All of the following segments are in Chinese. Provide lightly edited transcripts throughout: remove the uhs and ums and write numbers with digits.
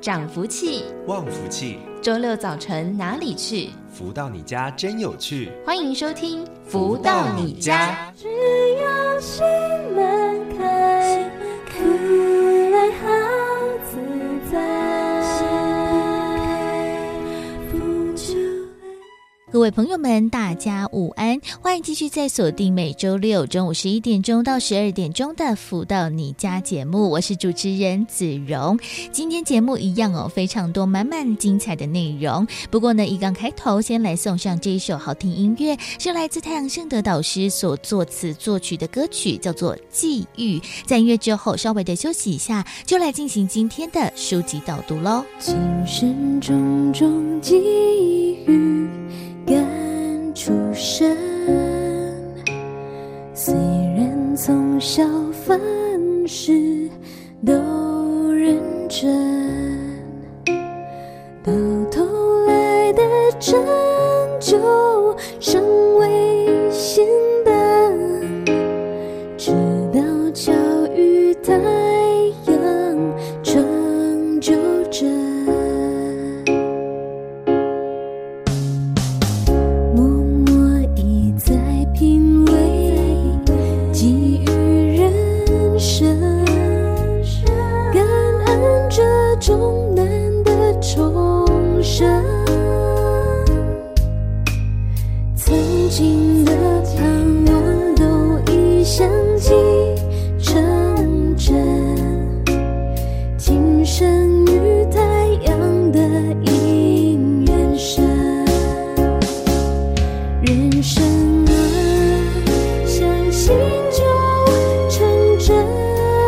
长福气， 旺福气。 周六早晨哪里去？ 福到你家真有趣。 欢迎收听福到你家。 只要心门开，可爱好自在。 各位朋友们，大家午安，欢迎继续在锁定每周六中午11点钟到12点钟的福到你家节目，我是主持人子荣。今天节目一样非常多满满精彩的内容。不过呢，一刚开头先来送上这一首好听音乐，是来自太阳圣德导师所作词作曲的歌曲，叫做《际遇》。在音乐之后稍微的休息一下，就来进行今天的书籍导读咯。 今生种种际遇感触深，虽然从小凡事都认真，到头来的成就尚未显灯，直到巧遇太阳成就真。重难的重生，曾经的盼望都已相继成真，今生与太阳的因缘深，人生啊，相信就成真。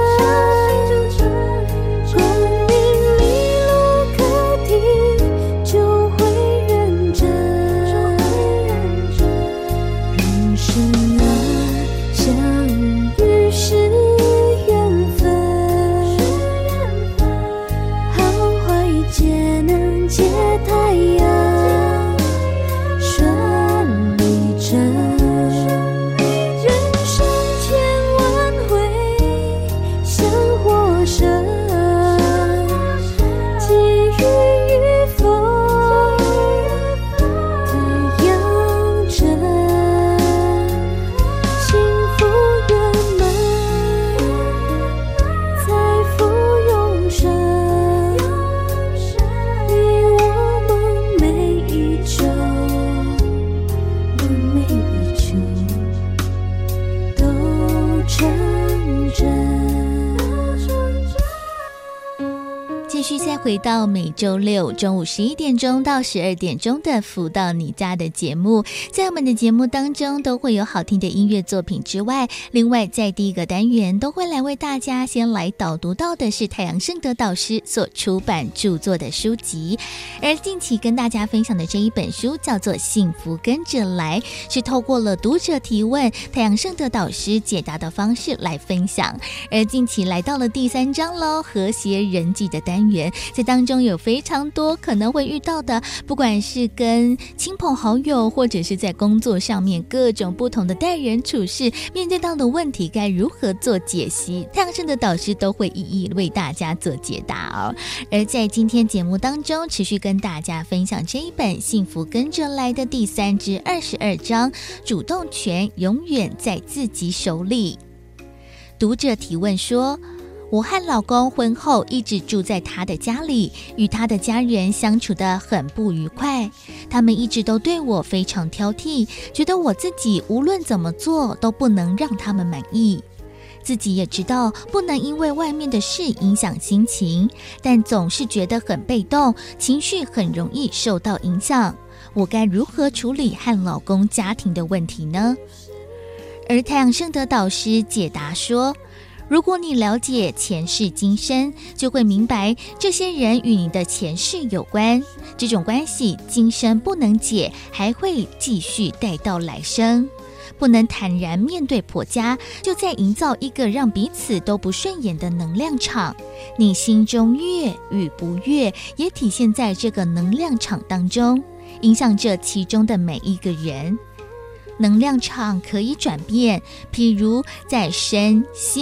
回到每周六中午11点钟到12点钟的福到你家的节目，在我们的节目当中都会有好听的音乐作品之外，另外在第一个单元都会来为大家先来导读到的是太阳圣德导师所出版著作的书籍。而近期跟大家分享的这一本书叫做《幸福跟着来》，是透过了读者提问，太阳圣德导师解答的方式来分享。而近期来到了第3章咯，和谐人际的单元，在当中有非常多可能会遇到的，不管是跟亲朋好友，或者是在工作上面各种不同的待人处事，面对到的问题该如何做解析，太阳圣德导师都会一一为大家做解答哦。而在今天节目当中，持续跟大家分享这一本《幸福跟着来》的第3至22章，主动权永远在自己手里。读者提问说，我和老公婚后一直住在他的家里，与他的家人相处得很不愉快，他们一直都对我非常挑剔，觉得我自己无论怎么做都不能让他们满意。自己也知道不能因为外面的事影响心情，但总是觉得很被动，情绪很容易受到影响。我该如何处理和老公家庭的问题呢？而太阳圣德导师解答说，如果你了解前世今生，就会明白这些人与你的前世有关，这种关系今生不能解，还会继续带到来生。不能坦然面对婆家，就在营造一个让彼此都不顺眼的能量场。你心中悦与不悦，也体现在这个能量场当中，影响着其中的每一个人。能量场可以转变，譬如在身心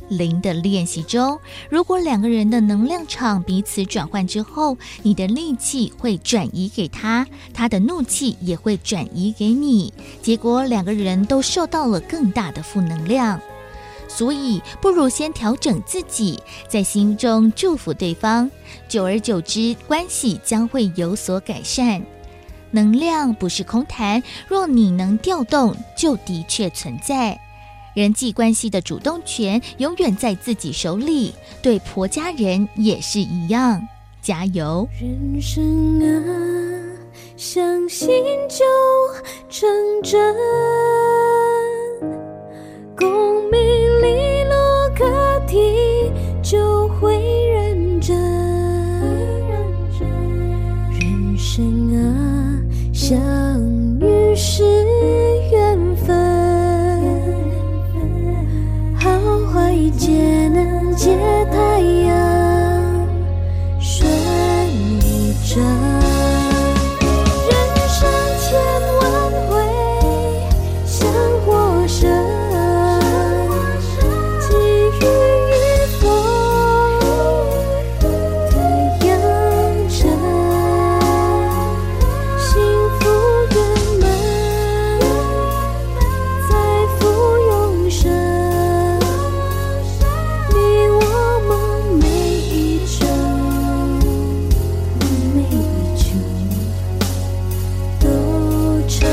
0的练习中，如果2个人的能量场彼此转换之后，你的戾气会转移给他，他的怒气也会转移给你，结果2个人都受到了更大的负能量。所以不如先调整自己，在心中祝福对方，久而久之，关系将会有所改善。能量不是空谈，若你能调动，就的确存在。人际关系的主动权永远在自己手里，对婆家人也是一样。加油！ 人生啊，相信就成真，功名利禄课题就会认真。人生啊，相遇是缘分，好坏皆能借太阳顺理成。人生千万回，像火神，际遇与否的养成，幸福圆满，财富永生。你我梦寐以求，梦寐以求都成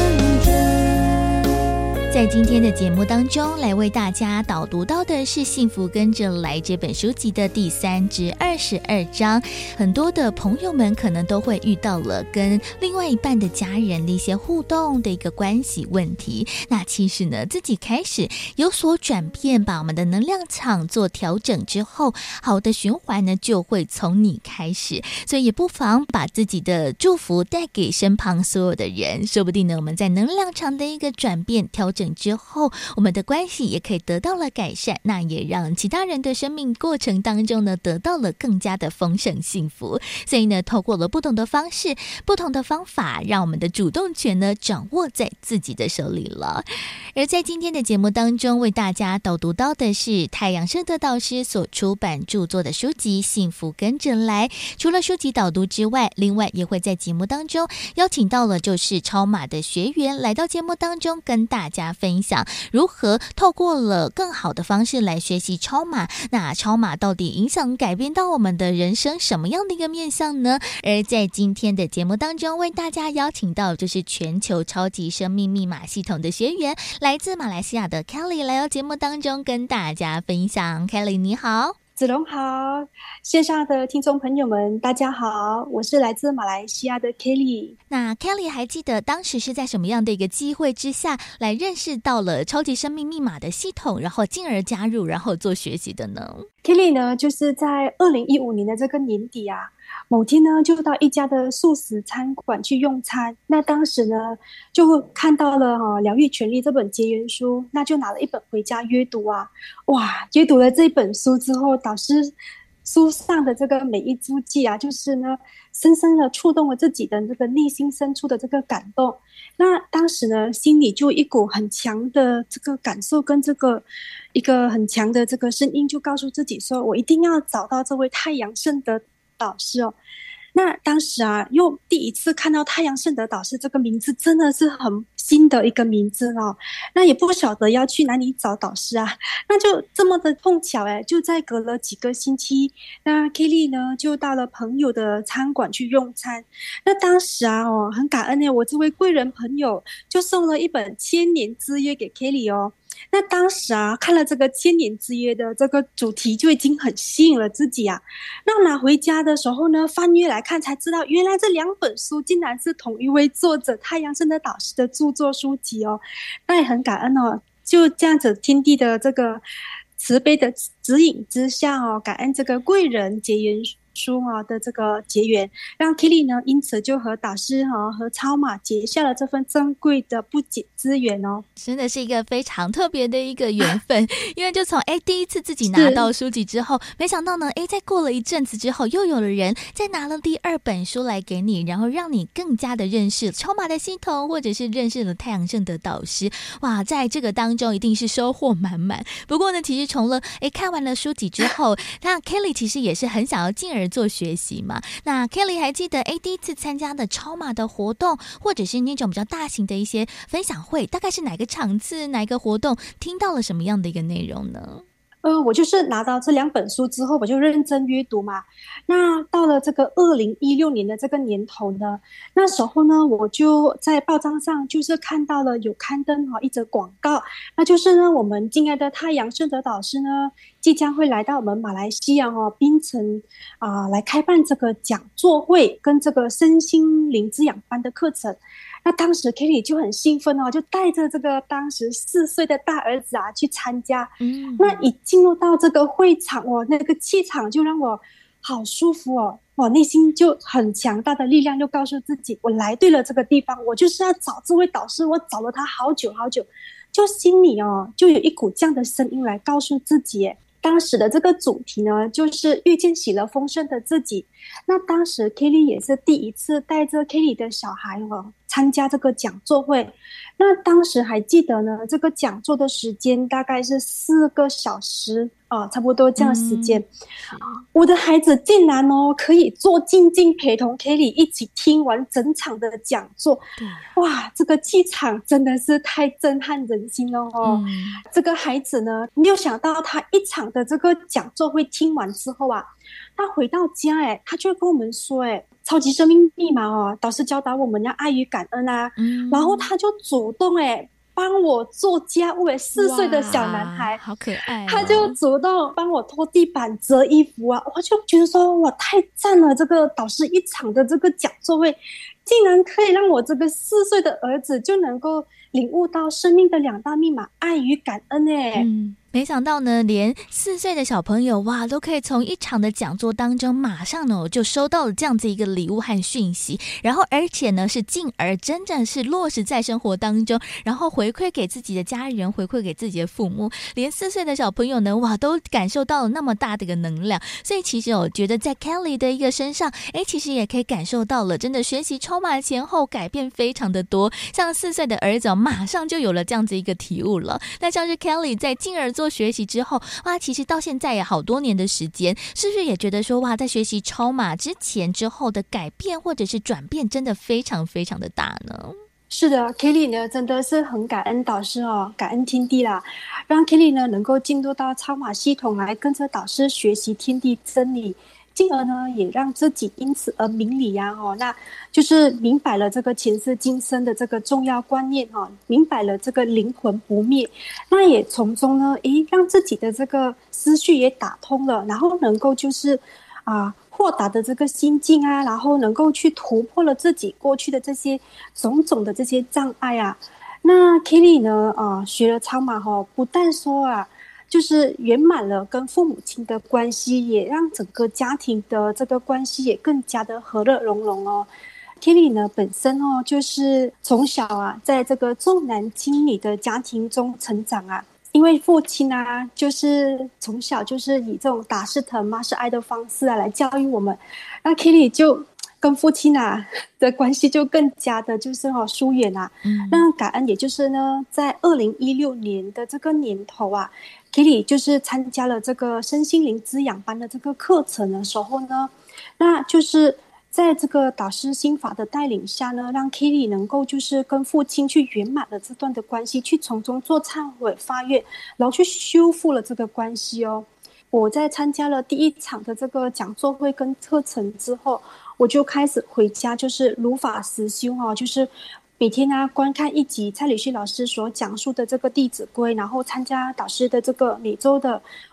真。 在今天的节目当中，来为大家导读到的是《幸福跟着来》这本书籍的第3至22章。很多的朋友们可能都会遇到了跟另外一半的家人的一些互动的一个关系问题。那其实呢，自己开始有所转变，把我们的能量场做调整之后，好的循环呢就会从你开始。所以也不妨把自己的祝福带给身旁所有的人，说不定呢，我们在能量场的一个转变调整之后，我们的关系也可以得到了改善，那也让其他人的生命过程当中呢得到了更加的丰盛幸福。所以呢，透过了不同的方式、不同的方法，让我们的主动权呢掌握在自己的手里了。而在今天的节目当中，为大家导读到的是太阳圣德导师所出版著作的书籍《幸福跟着来》。除了书籍导读之外，另外也会在节目当中邀请到了就是超马的学员来到节目当中，跟大家分享如何透过了更好的方式来学习超马。那超马到底影响改变到我们的人生什么样的一个面向呢？而在今天的节目当中，为大家邀请到就是全球超级生命密码系统的学员，来自马来西亚的 Kelly 来到节目当中跟大家分享。 Kelly 你好。 子龙好，线上的听众朋友们大家好，我是来自马来西亚的 Kelly。 那 Kelly 还记得当时是在什么样的一个机会之下来认识到了超级生命密码的系统，然后进而加入然后做学习的呢？ Kelly 呢，就是在2015年的这个年底啊，某天呢就到一家的素食餐馆去用餐。那当时呢就看到了疗愈权利这本结缘书，那就拿了一本回家阅读啊。哇，阅读了这本书之后，导师书上的这个每一注记啊，就是呢深深的触动了自己的这个内心深处的这个感动。那当时呢心里就一股很强的这个感受，跟这个一个很强的这个声音，就告诉自己说，我一定要找到这位太阳圣德导师哦。那当时啊，又第一次看到太阳圣德导师这个名字，真的是很新的一个名字哦。那也不晓得要去哪里找导师啊，那就这么的碰巧就在隔了几个星期，那 Kelly 呢就到了朋友的餐馆去用餐。那当时啊很感恩我这位贵人朋友就送了一本千年之约给 Kelly 哦。那当时啊看了这个千年之约的这个主题，就已经很吸引了自己啊。那拿回家的时候呢，翻阅来看才知道，原来这2本书竟然是同一位作者太阳圣德导师的著作书籍哦。那也很感恩哦，就这样子天地的这个慈悲的指引之下哦，感恩这个贵人结缘书的这个结缘，让 Kelly 呢因此就和导师和超马结下了这份珍贵的不解之缘哦。 真的是一个非常特别的一个缘分，因为就从第一次自己拿到书籍之后，没想到呢再过了一阵子之后，又有了人再拿了第二本书来给你，然后让你更加的认识超马的系统，或者是认识了太阳盛德导师。哇，在这个当中一定是收获满满。不过呢，其实从了看完了书籍之后，那 Kelly 其实也是很想要进而做学习嘛。那 Kelly 还记得第一次参加的超马的活动，或者是那种比较大型的一些分享会，大概是哪个场次哪一个活动，听到了什么样的一个内容呢？ 我就是拿到这2本书之后，我就认真阅读嘛。那到了这个2016年的这个年头呢，那时候呢，我就在报章上就是看到了有刊登一则广告，那就是呢，我们敬爱的太阳盛德导师呢，即将会来到我们马来西亚槟城来开办这个讲座会跟这个身心灵滋养班的课程。那当时 Kelly 就很兴奋就带着这个当时4岁的大儿子去参加。那一进入到这个会场那个气场就让我好舒服我内心就很强大的力量就告诉自己，我来对了这个地方，我就是要找这位导师，我找了他好久好久，就心里就有一股这样的声音来告诉自己当时的这个主题呢，就是遇见喜乐丰盛的自己。那当时 Kelly 也是第一次带着 Kelly 的小孩参加这个讲座会。那当时还记得呢，这个讲座的时间大概是4个小时差不多这样的时间。我的孩子竟然可以坐静静陪同 Kelly 一起听完整场的讲座。哇，这个气场真的是太震撼人心了这个孩子呢，没有想到他一场的这个讲座会听完之后他回到家他就跟我们说超级生命密码导师教导我们要爱与感恩然后他就主动帮我做家务4岁的小男孩好可爱他就主动帮我拖地板折衣服我就觉得说我太赞了，这个导师一场的这个讲座会竟然可以让我这个4岁的儿子就能够领悟到生命的2大密码，爱与感恩没想到呢，连4岁的小朋友都可以从一场的讲座当中马上呢就收到了这样子一个礼物和讯息，然后而且呢是进而真正是落实在生活当中，然后回馈给自己的家人，回馈给自己的父母，连4岁的小朋友呢都感受到了那么大的一个能量。所以其实我觉得在 Kelly 的一个身上其实也可以感受到了真的学习超马前后改变非常的多，像4岁的儿子马上就有了这样子一个体悟了。那像是 Kelly 在进而做学习之后其实到现在也好多年的时间，是不是也觉得说在学习超马之前之后的改变或者是转变真的非常非常的大呢？ 是的 Kelly 呢真的是很感恩导师感恩天地啦，让 Kelly 呢能够进入到超马系统来跟着导师学习天地真理，进而呢也让自己因此而明理那就是明白了这个前世今生的这个重要观念明白了这个灵魂不灭，那也从中呢让自己的这个思绪也打通了，然后能够就是豁达的这个心境然后能够去突破了自己过去的这些种种的这些障碍那 Kelly 呢学了超马不但说就是圆满了跟父母亲的关系，也让整个家庭的这个关系也更加的和乐融融Kelly 呢本身就是从小在这个重男轻女的家庭中成长因为父亲就是从小就是以这种打是疼骂是爱的方式来教育我们，那 Kelly 就跟父亲的关系就更加的就是疏远那感恩也就是呢在2016年的这个年头Kelly 就是参加了这个身心灵滋养班的这个课程的时候呢，那就是在这个导师心法的带领下呢，让 Kelly 能够就是跟父亲去圆满了这段的关系，去从中做忏悔发愿，然后去修复了这个关系我在参加了第一场的这个讲座会跟课程之后，我就开始回家就是如法实修就是每天观看一集蔡礼旭老师所讲述的这个弟子规，然后参加导师的这个每周的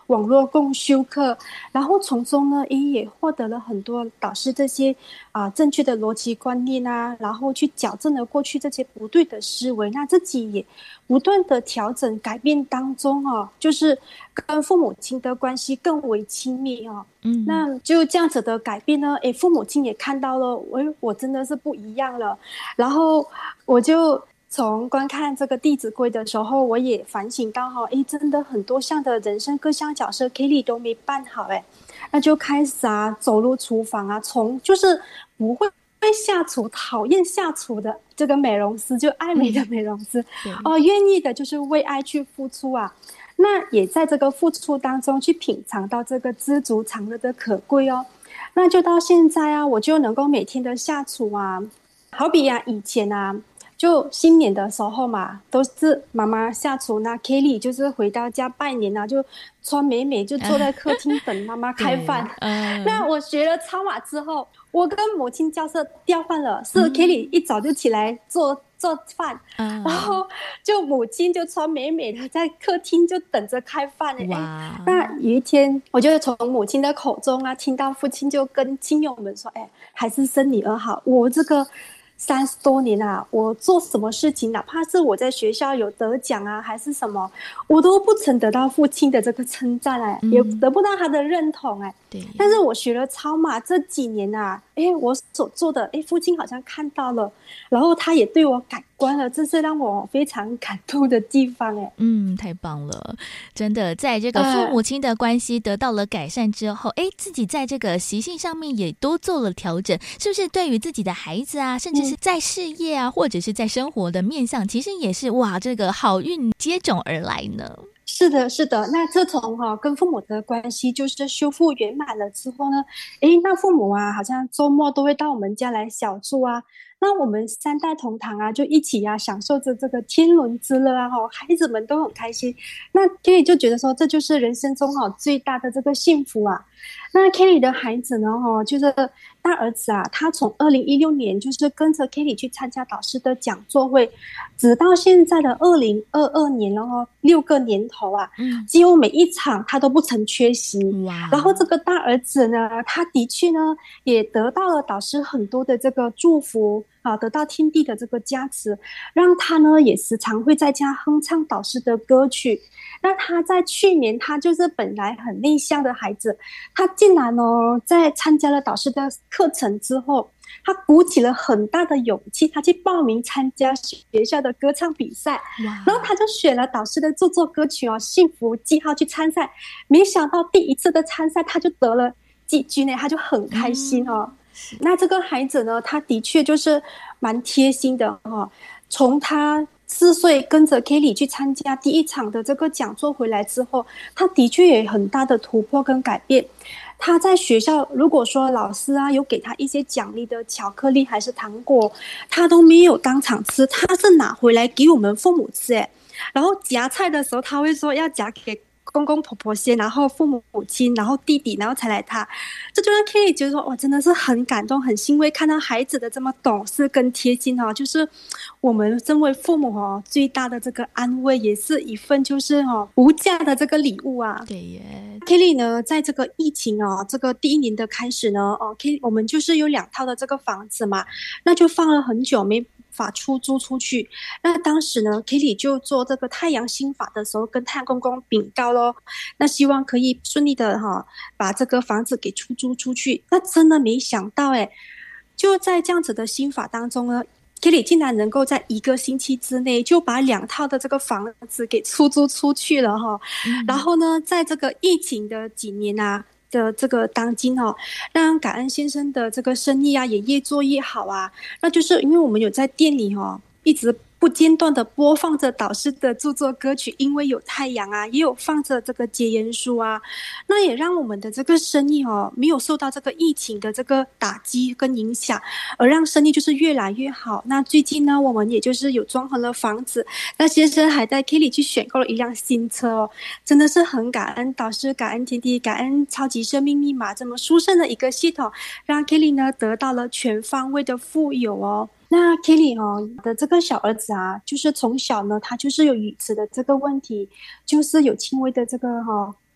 网络共修课，然后从中呢也获得了很多导师这些正确的逻辑观念啊，然后去矫正了过去这些不对的思维，那自己也不断的调整改变当中就是跟父母亲的关系更为亲密那就这样子的改变呢父母亲也看到了我真的是不一样了，然后我就从观看这个《弟子规》的时候，我也反省到真的很多项的人生各项角色 Kelly 都没办好那就开始走入厨房从就是不会下厨，讨厌下厨的这个美容师，就爱美的美容师愿意的就是为爱去付出那也在这个付出当中去品尝到这个知足常乐的可贵那就到现在我就能够每天的下厨好比以前就新年的时候嘛，都是妈妈下厨，那 Kelly 就是回到家拜年就穿美美就坐在客厅等妈妈开饭那我学了超马之后，我跟母亲角色调换了，是 Kelly 一早就起来做饭然后就母亲就穿美美的在客厅就等着开饭那有一天我就从母亲的口中听到父亲就跟亲友们说还是生女儿好，我这个30多年我做什么事情，哪怕是我在学校有得奖还是什么，我都不曾得到父亲的这个称赞也得不到他的认同对。 但是我学了超马这几年我所做的父亲好像看到了，然后他也对我改观了，这是让我非常感动的地方太棒了，真的在这个父母亲的关系得到了改善之后自己在这个习性上面也都做了调整，是不是对于自己的孩子甚至是在事业或者是在生活的面向，其实也是这个好运接踵而来呢？ 是的是的，那自从跟父母的关系就是修复圆满了之后呢那父母好像周末都会到我们家来小住那我们3代同堂就一起享受着这个天伦之乐孩子们都很开心，那 Kelly 就觉得说这就是人生中最大的这个幸福那 Kelly 的孩子呢就是大儿子他从2016年就是跟着 Kelly 去参加导师的讲座会，直到现在的2022年6个年头几乎每一场他都不曾缺席然后这个大儿子呢，他的确呢也得到了导师很多的这个祝福得到天地的这个加持，让他呢也时常会在家哼唱导师的歌曲。那他在去年，他就是本来很内向的孩子，他竟然在参加了导师的课程之后，他鼓起了很大的勇气，他去报名参加学校的歌唱比赛，然后他就选了导师的著作歌曲幸福记号去参赛，没想到第一次的参赛他就得了季军他就很开心那这个孩子呢，他的确就是蛮贴心的从他4岁跟着 Kelly 去参加第1场的这个讲座回来之后，他的确也有很大的突破跟改变。他在学校如果说老师有给他一些奖励的巧克力还是糖果，他都没有当场吃，他是拿回来给我们父母吃然后夹菜的时候他会说要夹给公公婆婆先，然后父母亲，然后弟弟，然后才来他。这就让 Kelly 觉得说真的是很感动很欣慰，看到孩子的这么懂事跟贴心就是我们身为父母最大的这个安慰，也是一份就是无价的这个礼物对耶。 Kelly 呢在这个疫情这个第1年的开始呢Kelly 我们就是有2套的这个房子嘛，那就放了很久没法出租出去。那当时呢 Kelly 就做这个太阳心法的时候跟太阳公公禀告咯，那希望可以顺利的把这个房子给出租出去。那真的没想到就在这样子的心法当中呢，Kelly 竟然能够在1个星期之内就把2套的这个房子给出租出去了然后呢在这个疫情的几年的这个当今让感恩先生的这个生意也越做越好那就是因为我们有在店里一直不间断的播放着导师的著作歌曲，因为有太阳也有放着这个结缘书那也让我们的这个生意没有受到这个疫情的这个打击跟影响，而让生意就是越来越好。那最近呢我们也就是有装潢了房子，那先生还带 Kelly 去选购了一辆新车真的是很感恩导师，感恩天地，感恩超级生命密码这么殊胜的一个系统，让 Kelly 呢得到了全方位的富有那 Kelly 的这个小儿子就是从小呢他就是有语词的这个问题，就是有轻微的这个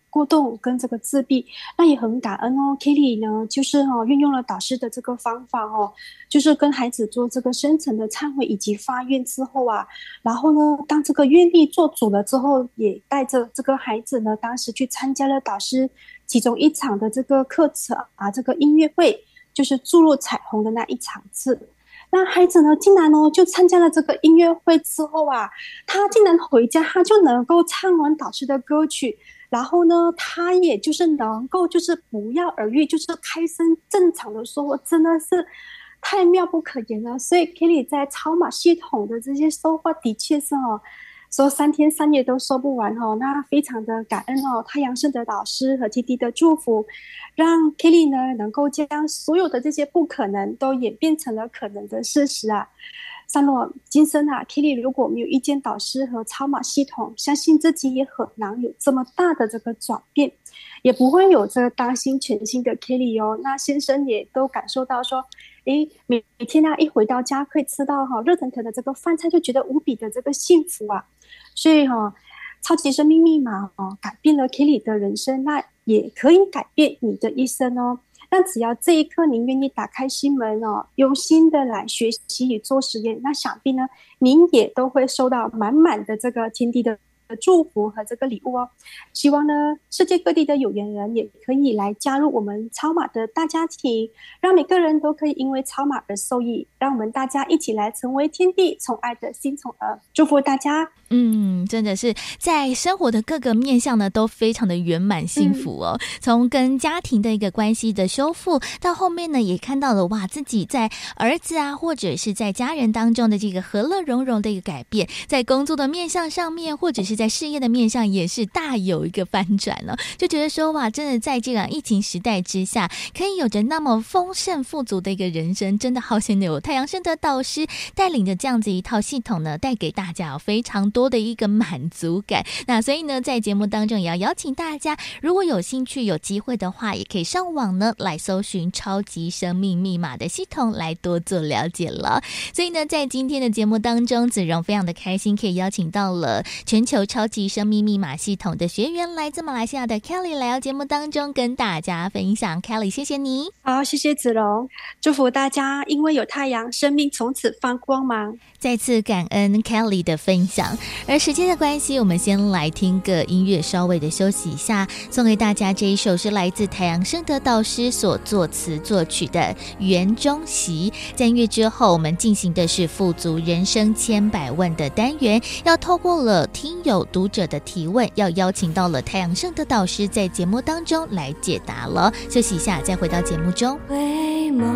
过动跟这个自闭。那也很感恩哦 Kelly 呢就是运用了导师的这个方法就是跟孩子做这个深层的忏悔以及发愿之后啊，然后呢当这个愿力做主了之后，也带着这个孩子呢当时去参加了导师其中一场的这个课程啊，这个音乐会，就是注入彩虹的那一场次。那孩子呢竟然就参加了这个音乐会之后啊，他竟然回家他就能够唱完导师的歌曲，然后呢他也就是能够就是不药而愈，就是开声正常的说话，真的是太妙不可言了。所以 Kelly 在超码系统的这些收获的确是说3天3夜都说不完那非常的感恩太阳圣的导师和 TD 的祝福，让 Kelly 呢能够将所有的这些不可能都演变成了可能的事实啊。倘若今生啊 Kelly 如果没有遇见导师和超码系统，相信自己也很难有这么大的这个转变，也不会有这个当新全新的 Kelly 那先生也都感受到说每天一回到家可以吃到热腾腾的这个饭菜，就觉得无比的这个幸福啊。所以超级生命密码改变了 Kelly 的人生，那也可以改变你的一生那只要这一刻您愿意打开心门用心的来学习与做实验，那想必呢您也都会收到满满的这个天地的祝福和这个礼物希望呢世界各地的有缘人也可以来加入我们超码的大家庭，让每个人都可以因为超码而受益，让我们大家一起来成为天地宠爱的新宠儿。祝福大家。 真的是在生活的各个面向呢都非常的圆满幸福从跟家庭的一个关系的修复，到后面呢也看到了自己在儿子啊或者是在家人当中的这个和乐融融的一个改变，在工作的面向上面或者是在事业的面向也是大有一个翻转就觉得说真的在这样疫情时代之下可以有着那么丰盛富足的一个人生，真的好险有太阳圣德导师带领着这样子一套系统呢，带给大家非常多的一个满足感。那所以呢在节目当中也要邀请大家，如果有兴趣有机会的话，也可以上网呢来搜寻超级生命密码的系统来多做了解了。所以呢在今天的节目当中，子荣非常的开心可以邀请到了全球超级生命密码系统的学员，来自马来西亚的 Kelly 来到节目当中跟大家分享。 Kelly 谢谢你。 好，谢谢子荣，祝福大家因为有太阳，生命从此放光芒。 再次感恩 Kelly 的分享。而时间的关系，我们先来听个音乐，稍微的休息一下，送给大家这一首是来自太阳圣德导师所作词作曲的园中席。在音乐之后，我们进行的是富足人生千百问的单元，要透过了听友读者的提问，要邀请到了太阳圣德导师在节目当中来解答了。休息一下再回到节目中。 回眸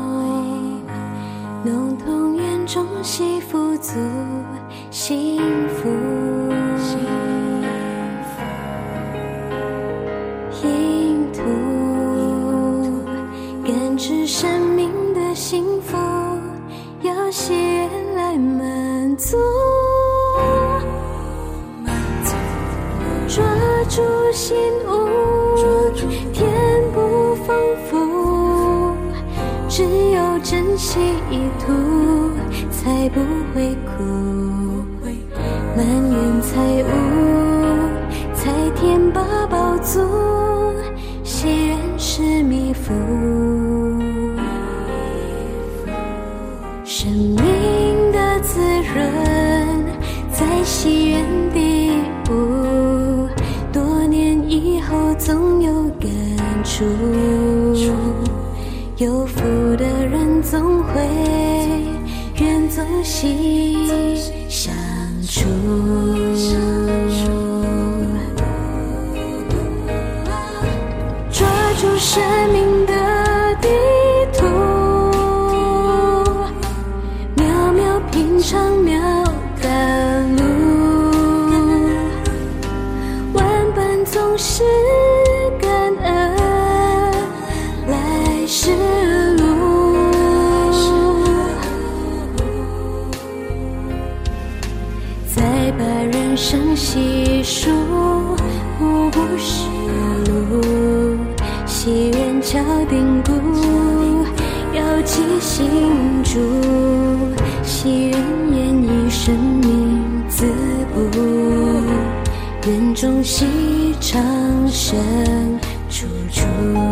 弄痛园中席，富足幸福，印图感知生命的幸福，要喜悦来满足，抓住心物，填补丰富，只有珍惜意图，才不会苦，满园财物，才填饱饱足，喜悦是弥福，生命的滋润在喜悦第五，多年以后总有感触，有福的人总会愿总喜相处，抓住生命的地图，渺渺平常渺赶路，万般总是感恩来时路，再把人生细数，不是路，祈愿敲定鼓，要记心住，喜愿演绎生命滋补， 愿终夕长生处处。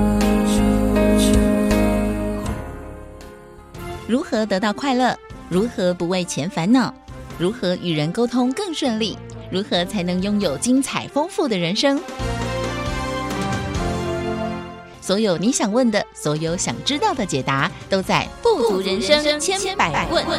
如何得到快乐？如何不为钱烦恼？如何与人沟通更顺利？如何才能拥有精彩丰富的人生？所有你想问的，所有想知道的解答，都在富足人生千百问。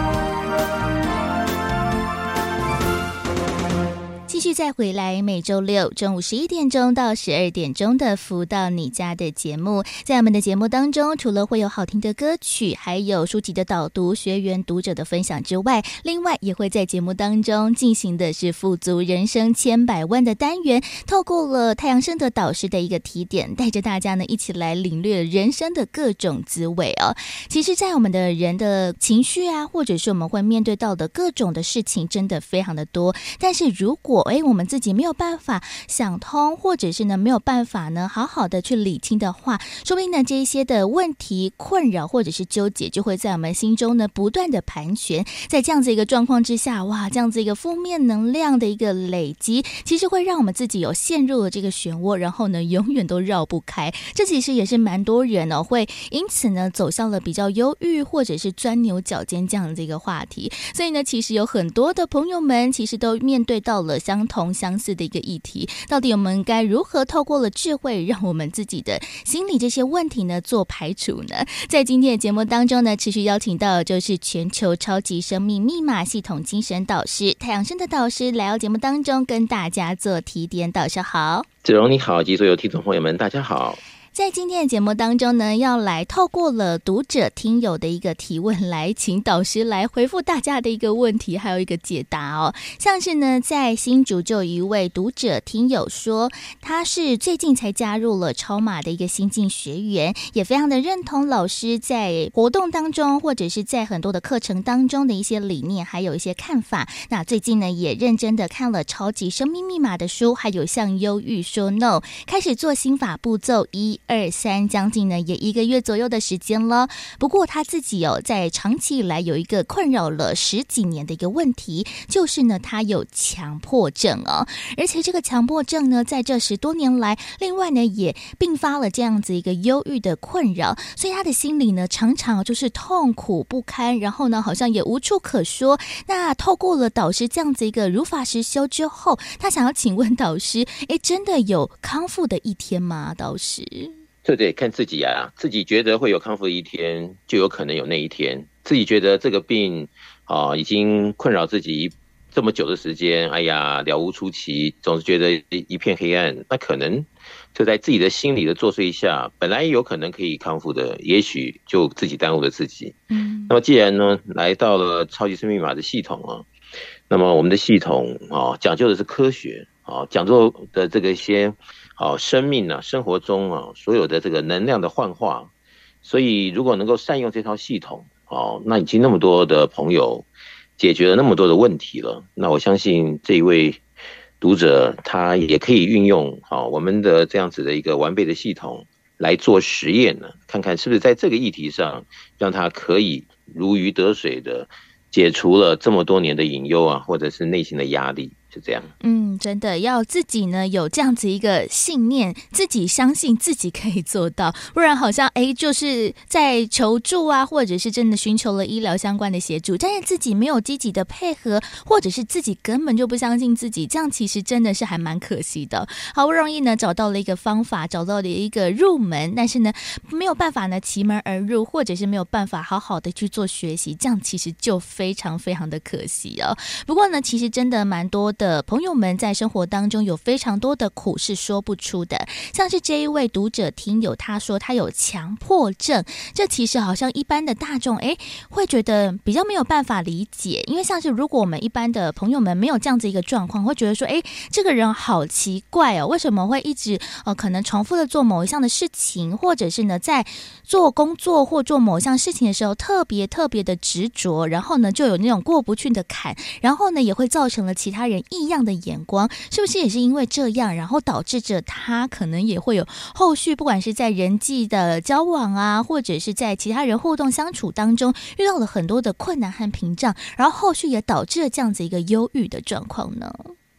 继续再回来，每周六中午11点钟到12点钟的福到你家的节目，在我们的节目当中，除了会有好听的歌曲，还有书籍的导读、学员读者的分享之外，另外也会在节目当中进行的是富足人生千百万的单元，透过了太阳升的导师的一个提点，带着大家呢一起来领略人生的各种滋味哦。其实在我们的人的情绪啊，或者是我们会面对到的各种的事情真的非常的多，但是如果我们自己没有办法想通，或者是呢没有办法呢好好的去理清的话，说不定呢这一些的问题困扰或者是纠结就会在我们心中呢不断的盘旋，在这样子一个状况之下，哇，这样子一个负面能量的一个累积，其实会让我们自己有陷入了这个漩涡，然后呢永远都绕不开。这其实也是蛮多人会因此呢走向了比较忧郁或者是钻牛角尖这样的一个话题。所以呢其实有很多的朋友们其实都面对到了相同相似的一个议题，到底我们该如何透过了智慧，让我们自己的心理这些问题呢做排除呢？在今天的节目当中呢，持续邀请到的就是全球超级生命密码系统精神导师太阳升的导师来到节目当中跟大家做提点。导师好。 子荣你好，及所有听众朋友们大家好。 在今天的节目当中呢，要来透过了读者听友的一个提问，来请导师来回复大家的一个问题，还有一个解答哦。像是呢，在新竹就有一位读者听友说，他是最近才加入了超马的一个新进学员，也非常的认同老师在活动当中或者是在很多的课程当中的一些理念，还有一些看法。那最近呢，也认真的看了超级生命密码的书，还有向忧郁说 no， 开始做心法步骤1、2、3，将近呢也1个月左右的时间了。不过他自己在长期以来有一个困扰了10几年的一个问题，就是呢他有强迫症哦，而且这个强迫症呢在这10多年来，另外呢也并发了这样子一个忧郁的困扰，所以他的心里呢常常就是痛苦不堪，然后呢好像也无处可说。那透过了导师这样子一个如法实修之后，他想要请问导师，真的有康复的一天吗？导师， 这得看自己啊，自己觉得会有康复的一天，就有可能有那一天。自己觉得这个病已经困扰自己这么久的时间，哎呀了无出期，总是觉得一片黑暗，那可能就在自己的心理的作祟下，本来有可能可以康复的，也许就自己耽误了自己。那么既然呢来到了超级生命密码的系统啊，那么我们的系统讲究的是科学讲究的这个一些生命啊，生活中所有的这个能量的幻化，所以如果能够善用这套系统那已经那么多的朋友解决了那么多的问题了，那我相信这一位读者他也可以运用我们的这样子的一个完备的系统来做实验呢，看看是不是在这个议题上让他可以如鱼得水的解除了这么多年的隐忧啊，或者是内心的压力，就这样。 真的要自己呢有这样子一个信念，自己相信自己可以做到，不然好像就是在求助啊，或者是真的寻求了医疗相关的协助，但是自己没有积极的配合，或者是自己根本就不相信自己，这样其实真的是还蛮可惜的。好不容易呢找到了一个方法，找到了一个入门，但是呢没有办法呢其门而入，或者是没有办法好好的去做学习，这样其实就非常非常的可惜哦。不过呢其实真的蛮多的朋友们在生活当中有非常多的苦是说不出的，像是这一位读者听友，他说他有强迫症，这其实好像一般的大众会觉得比较没有办法理解，因为像是如果我们一般的朋友们没有这样子一个状况，会觉得说这个人好奇怪哦，为什么会一直可能重复的做某一项的事情，或者是呢在做工作或做某一项事情的时候特别特别的执着，然后呢就有那种过不去的坎，然后呢也会造成了其他人异样的眼光，是不是也是因为这样，然后导致着他可能也会有后续不管是在人际的交往啊，或者是在其他人互动相处当中遇到了很多的困难和屏障，然后后续也导致了这样子一个忧郁的状况呢？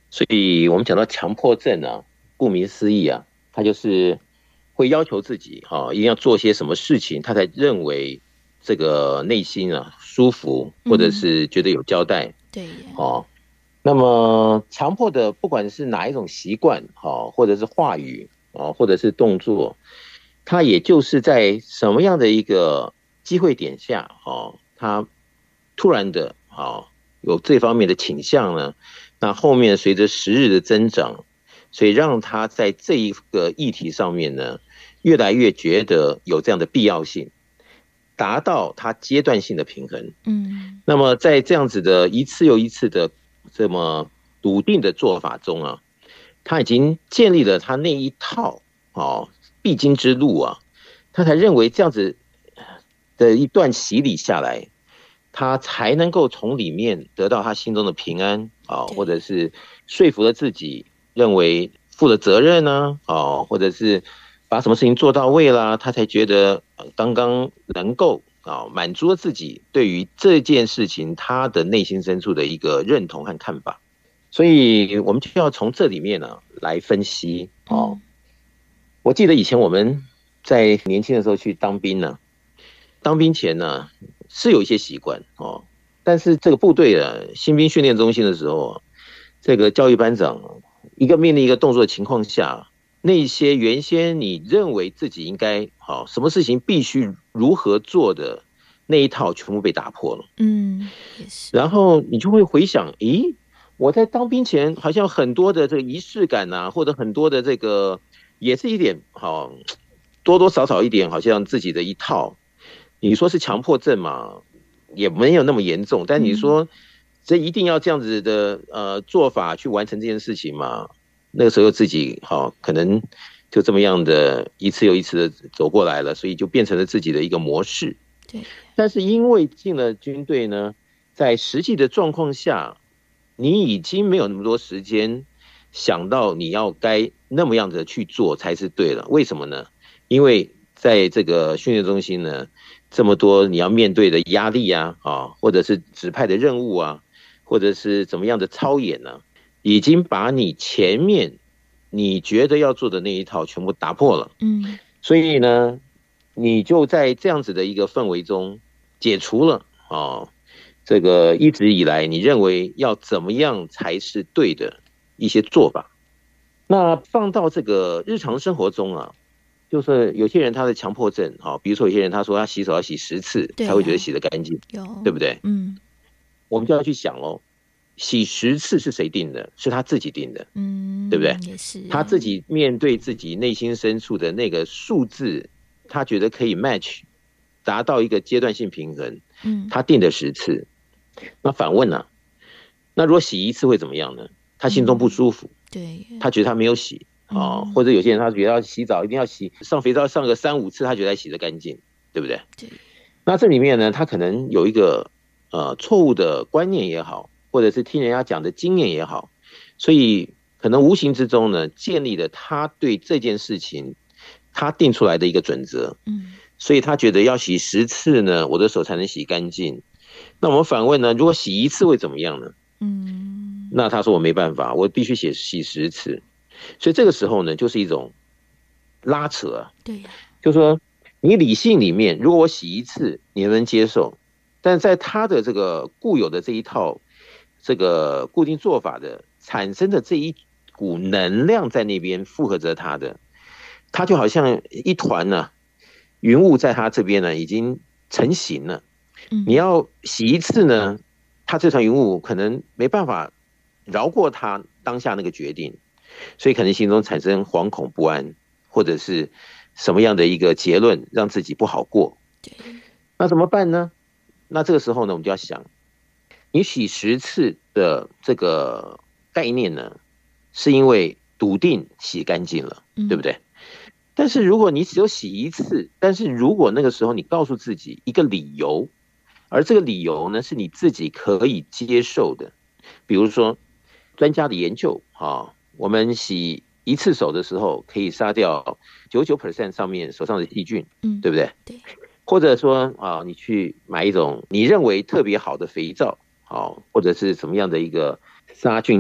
所以我们讲到强迫症啊，顾名思义啊，他就是会要求自己一定要做些什么事情，他才认为这个内心啊舒服，或者是觉得有交代。 对那么强迫的不管是哪一种习惯或者是话语或者是动作，他也就是在什么样的一个机会点下他突然的有这方面的倾向呢，那后面随着时日的增长，所以让他在这一个议题上面呢越来越觉得有这样的必要性，达到他阶段性的平衡。那么在这样子的一次又一次的这么笃定的做法中啊，他已经建立了他那一套必经之路啊，他才认为这样子的一段洗礼下来，他才能够从里面得到他心中的平安或者是说服了自己，认为负了责任呢或者是把什么事情做到位啦，他才觉得刚刚能够满足了自己对于这件事情他的内心深处的一个认同和看法。所以我们就要从这里面呢来分析我记得以前我们在年轻的时候去当兵呢，当兵前呢是有一些习惯但是这个部队的新兵训练中心的时候，这个教育班长一个命令一个动作的情况下，那些原先你认为自己应该什么事情必须如何做的那一套全部被打破了。 也是。 然后你就会回想，我在当兵前好像很多的这个仪式感啊，或者很多的这个也是一点多多少少一点好像自己的一套。你说是强迫症嘛，也没有那么严重，但你说这一定要这样子的做法去完成这件事情嘛？那个时候自己可能就这么样的一次又一次的走过来了，所以就变成了自己的一个模式。 对。 但是因为进了军队呢，在实际的状况下，你已经没有那么多时间想到你要该那么样的去做才是对了。为什么呢？因为在这个训练中心呢，这么多你要面对的压力啊，或者是指派的任务啊，或者是怎么样的操演呢，已经把你前面你觉得要做的那一套全部打破了。所以呢，你就在这样子的一个氛围中解除了这个一直以来你认为要怎么样才是对的一些做法。那放到这个日常生活中啊，就是有些人他的强迫症比如说有些人他说他洗手要洗10次才会觉得洗得干净，对不对？我们就要去想洗10次是谁定的？是他自己定的，对不对？ 也是他自己面对自己内心深处的那个数字，他觉得可以 match 达到一个阶段性平衡，他定的10次。那反问啊，那如果洗1次会怎么样呢？他心中不舒服， 对， 他觉得他没有洗或者有些人他觉得要洗澡一定要洗上肥皂上个3-5次，他觉得洗得干净，对不对？ 对。 那这里面呢，他可能有一个错误的观念也好，或者是听人家讲的经验也好，所以可能无形之中呢，建立了他对这件事情他定出来的一个准则。所以他觉得要洗10次呢，我的手才能洗干净。那我们反问呢，如果洗1次会怎么样呢？那他说我没办法，我必须洗10次。所以这个时候呢，就是一种拉扯对呀， 就是说你理性里面，如果我洗1次你能接受，但在他的这个固有的这一套这个固定做法的产生的这一股能量在那边附合着他的，他就好像一团云雾在他这边呢已经成型了。你要洗1次呢，他这团云雾可能没办法饶过他当下那个决定，所以可能心中产生惶恐不安，或者是什么样的一个结论让自己不好过。那怎么办呢？那这个时候呢，我们就要想，你洗10次的这个概念呢，是因为笃定洗干净了，对不对？但是如果你只有洗1次，但是如果那个时候你告诉自己一个理由，而这个理由呢是你自己可以接受的，比如说专家的研究我们洗1次手的时候可以杀掉99% 上面手上的细菌，对不对？ 对。 或者说你去买一种你认为特别好的肥皂或者是什么样的一个杀菌液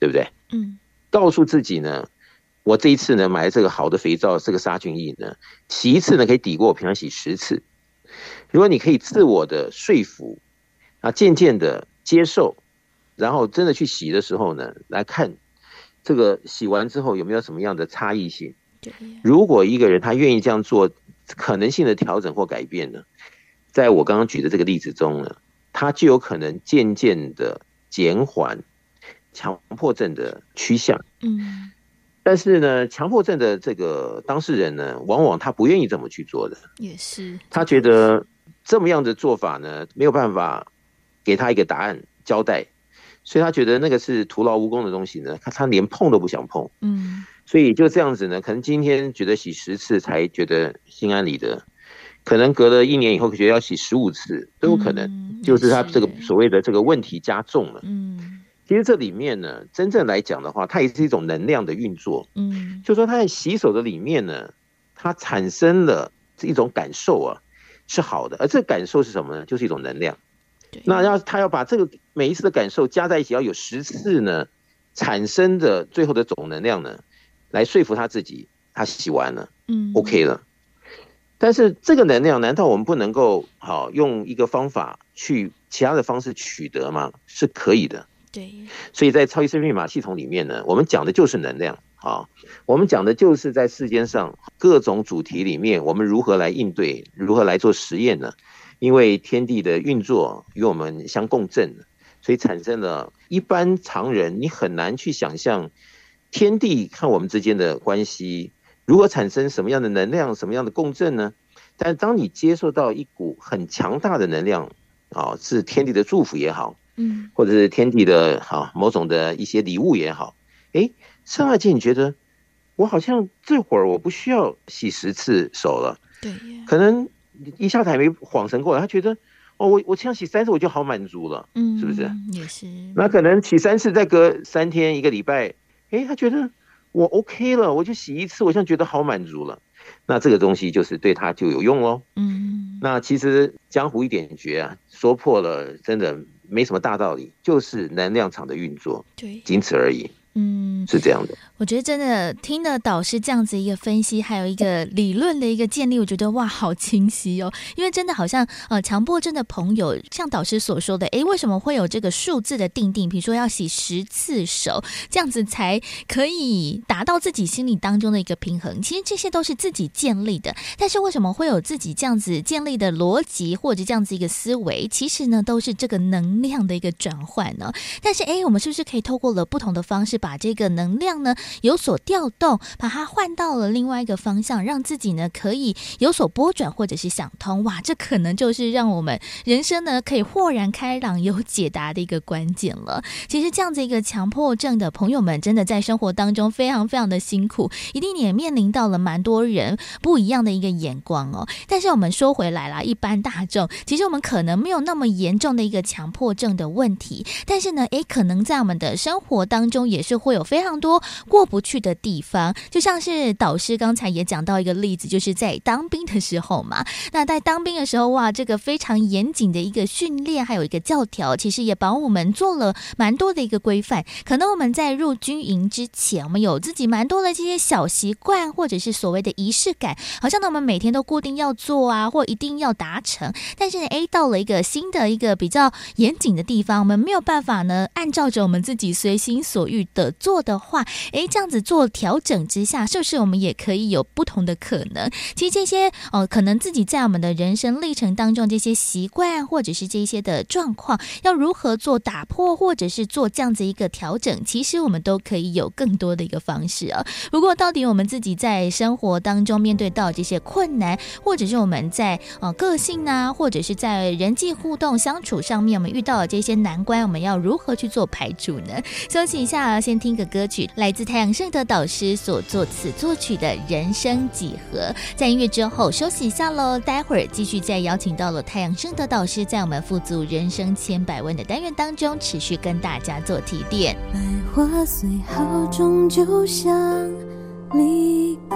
对不对？告诉自己呢，我这一次呢买这个好的肥皂，这个杀菌液呢，洗一次呢可以抵过我平常洗10次。如果你可以自我的说服渐渐的接受，然后真的去洗的时候呢，来看这个洗完之后有没有什么样的差异性。如果一个人他愿意这样做，可能性的调整或改变呢，在我刚刚举的这个例子中呢，他就有可能渐渐的减缓强迫症的趋向。但是呢，强迫症的这个当事人呢，往往他不愿意这么去做的， 也是他觉得这么样的做法呢，没有办法给他一个答案交代，所以他觉得那个是徒劳无功的东西呢，他连碰都不想碰。所以就这样子呢，可能今天觉得洗10次才觉得心安理得，可能隔了1年以后觉得要洗15次都有可能，就是他这个所谓的这个问题加重了。其实这里面呢，真正来讲的话，它也是一种能量的运作。就是说他在洗手的里面呢，它产生了一种感受是好的，而这个感受是什么呢？就是一种能量。那他要把这个每一次的感受加在一起，要有10次呢产生的最后的总能量呢，来说服他自己，他洗完了，OK 了。但是这个能量难道我们不能够用一个方法去其他的方式取得吗？是可以的。 对， 所以在超级生命密码系统里面呢，我们讲的就是能量我们讲的就是在世间上各种主题里面，我们如何来应对，如何来做实验呢？因为天地的运作与我们相共振，所以产生了一般常人你很难去想象天地和我们之间的关系如何产生什么样的能量，什么样的共振呢？但是当你接受到一股很强大的能量是天地的祝福也好，或者是天地的某种的一些礼物也好，刹那间你觉得我好像这会儿我不需要洗10次手了， 对， 可能一下子还没恍神过来，他觉得我这样洗3次我就好满足了，是不是？ 也是。 那可能洗3次再隔3天1个礼拜，他觉得我 OK 了，我就洗1次，我现在觉得好满足了。那这个东西就是对他就有用咯。那其实江湖一点诀说破了真的没什么大道理，就是能量场的运作，对，仅此而已。是这样的。 我觉得真的听了导师这样子一个分析，还有一个理论的一个建立，我觉得哇，好清晰哦。因为真的好像强迫症的朋友，像导师所说的，为什么会有这个数字的定定？比如说要洗10次手，这样子才可以达到自己心里当中的一个平衡。其实这些都是自己建立的，但是为什么会有自己这样子建立的逻辑或者这样子一个思维？其实呢，都是这个能量的一个转换呢。但是我们是不是可以透过了不同的方式，把这个能量呢有所调动，把它换到了另外一个方向，让自己呢可以有所拨转或者是想通？哇，这可能就是让我们人生呢可以豁然开朗有解答的一个关键了。其实这样子一个强迫症的朋友们，真的在生活当中非常非常的辛苦，一定也面临到了蛮多人不一样的一个眼光哦。但是我们说回来啦，一般大众其实我们可能没有那么严重的一个强迫症的问题，但是呢可能在我们的生活当中也是会有非常多过不去的地方。就像是导师刚才也讲到一个例子，就是在当兵的时候嘛，那在当兵的时候哇，这个非常严谨的一个训练还有一个教条，其实也帮我们做了蛮多的一个规范。可能我们在入军营之前，我们有自己蛮多的这些小习惯或者是所谓的仪式感，好像呢我们每天都固定要做或一定要达成。但是呢到了一个新的一个比较严谨的地方，我们没有办法呢按照着我们自己随心所欲的做的话，这样子做调整之下，是不是我们也可以有不同的可能？其实这些可能自己在我们的人生历程当中，这些习惯或者是这些的状况，要如何做打破，或者是做这样子一个调整，其实我们都可以有更多的一个方式啊。如果到底我们自己在生活当中面对到这些困难，或者是我们在个性或者是在人际互动相处上面，我们遇到的这些难关，我们要如何去做排除呢？休息一下，先听个歌曲，来自太阳圣德导师所作词作曲的《人生几何》。在音乐之后休息一下咯，待会儿继续再邀请到了太阳圣德导师，在我们富足人生千百问的单元当中，持续跟大家做提点。 百花虽好，终究像离歌，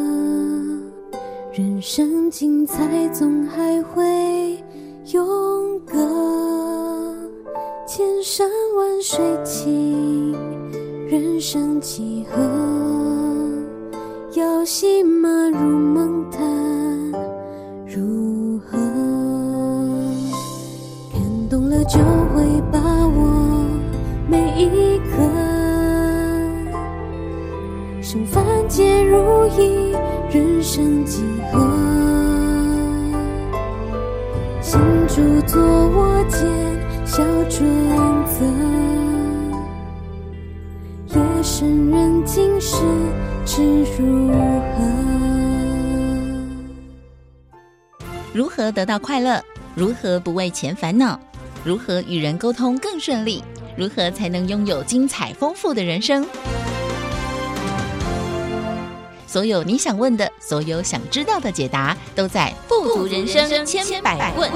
人生精彩总还会永隔，千山万水情人生几何，游戏马如梦谈如何？感动了就会把握每一刻，生凡皆如意，人生几何？心住作我见小准则，夜深人静时知如何？ 如何得到快乐？如何不为钱烦恼？如何与人沟通更顺利？如何才能拥有精彩丰富的人生？所有你想问的，所有想知道的解答，都在《富足人生千百问》。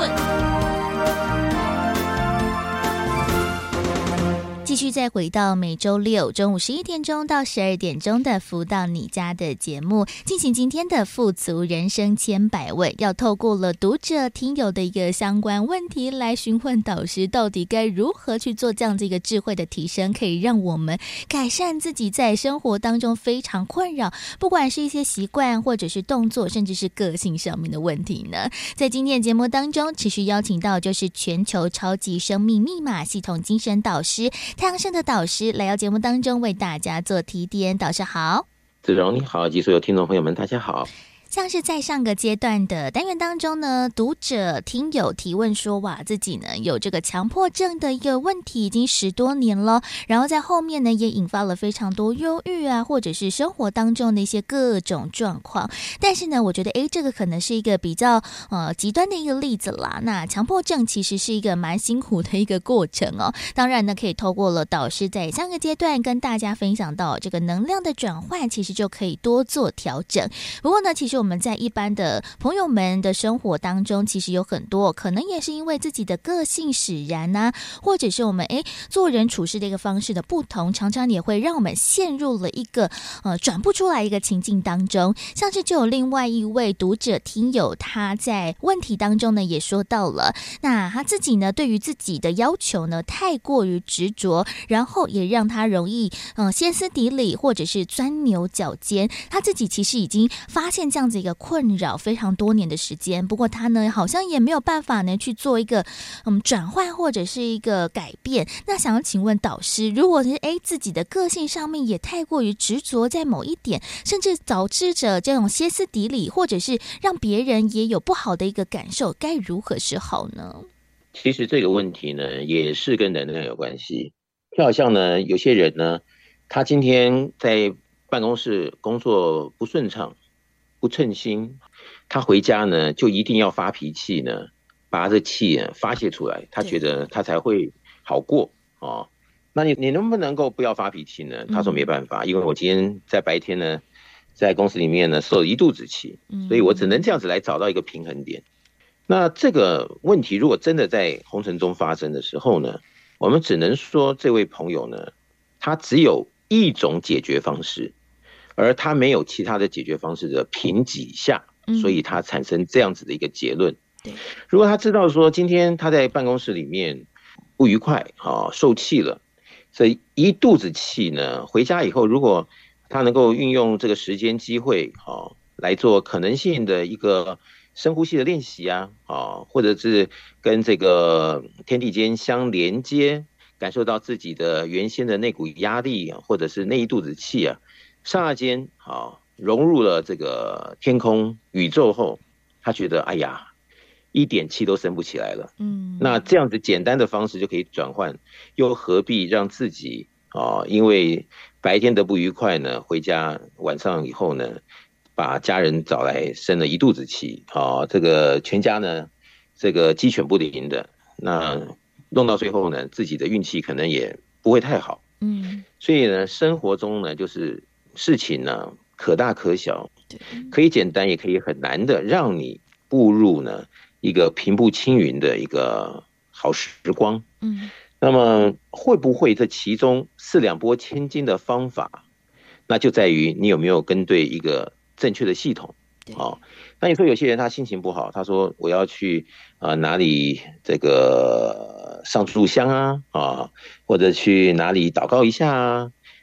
继续再回到每周六中午11点钟到12点钟的福到你家的节目，进行今天的富足人生千百问，要透过了读者听友的一个相关问题来询问导师，到底该如何去做这样的一个智慧的提升，可以让我们改善自己在生活当中非常困扰，不管是一些习惯或者是动作，甚至是个性上面的问题呢？在今天的节目当中，持续邀请到就是全球超级生命密码系统精神导师太阳盛的导师来到节目当中为大家做提点。导师好。 子荣你好，以及所有听众朋友们大家好。 像是在上个阶段的单元当中呢，读者听友提问说，哇，自己呢有这个强迫症的一个问题已经10多年了，然后在后面呢也引发了非常多忧郁啊，或者是生活当中的一些各种状况。但是呢，我觉得这个可能是一个比较极端的一个例子啦。那强迫症其实是一个蛮辛苦的一个过程哦。当然呢，可以透过了导师在上个阶段跟大家分享到这个能量的转换，其实就可以多做调整。不过呢，其实我们在一般的朋友们的生活当中，其实有很多可能也是因为自己的个性使然啊，或者是我们做人处事的一个方式的不同，常常也会让我们陷入了一个转不出来一个情境当中。像是就有另外一位读者听友，他在问题当中呢也说到了，那他自己呢对于自己的要求呢太过于执着，然后也让他容易歇斯底里或者是钻牛角尖。他自己其实已经发现这样子一个困扰非常多年的时间，不过他呢好像也没有办法呢去做一个转换或者是一个改变。那想要请问导师，如果是自己的个性上面也太过于执着在某一点，甚至导致着这种歇斯底里，或者是让别人也有不好的一个感受，该如何是好呢？ 其实这个问题呢也是跟能量有关系，就好像呢有些人呢，他今天在办公室工作不顺畅不称心，他回家呢就一定要发脾气呢，把这气发泄出来，他觉得他才会好过哦。那你能不能够不要发脾气呢？他说没办法，因为我今天在白天呢在公司里面呢受了一肚子气，所以我只能这样子来找到一个平衡点。那这个问题如果真的在红尘中发生的时候呢，我们只能说这位朋友呢，他只有一种解决方式，而他没有其他的解决方式的评几下，所以他产生这样子的一个结论。如果他知道说今天他在办公室里面不愉快受气了，这一肚子气呢，回家以后如果他能够运用这个时间机会来做可能性的一个深呼吸的练习啊，或者是跟这个天地间相连接，感受到自己的原先的那股压力或者是那一肚子气啊，刹那间融入了这个天空宇宙后，他觉得哎呀一点气都生不起来了。那这样子简单的方式就可以转换，又何必让自己因为白天的不愉快呢，回家晚上以后呢把家人找来生了一肚子气，这个全家呢这个鸡犬不宁的，那弄到最后呢自己的运气可能也不会太好。所以呢生活中呢就是事情呢可大可小，可以简单也可以很难的让你步入呢一个平步青云的一个好时光。那么会不会这其中4两拨千斤的方法，那就在于你有没有跟对一个正确的系统。那你说有些人他心情不好，他说我要去哪里这个上炷香啊，或者去哪里祷告一下啊，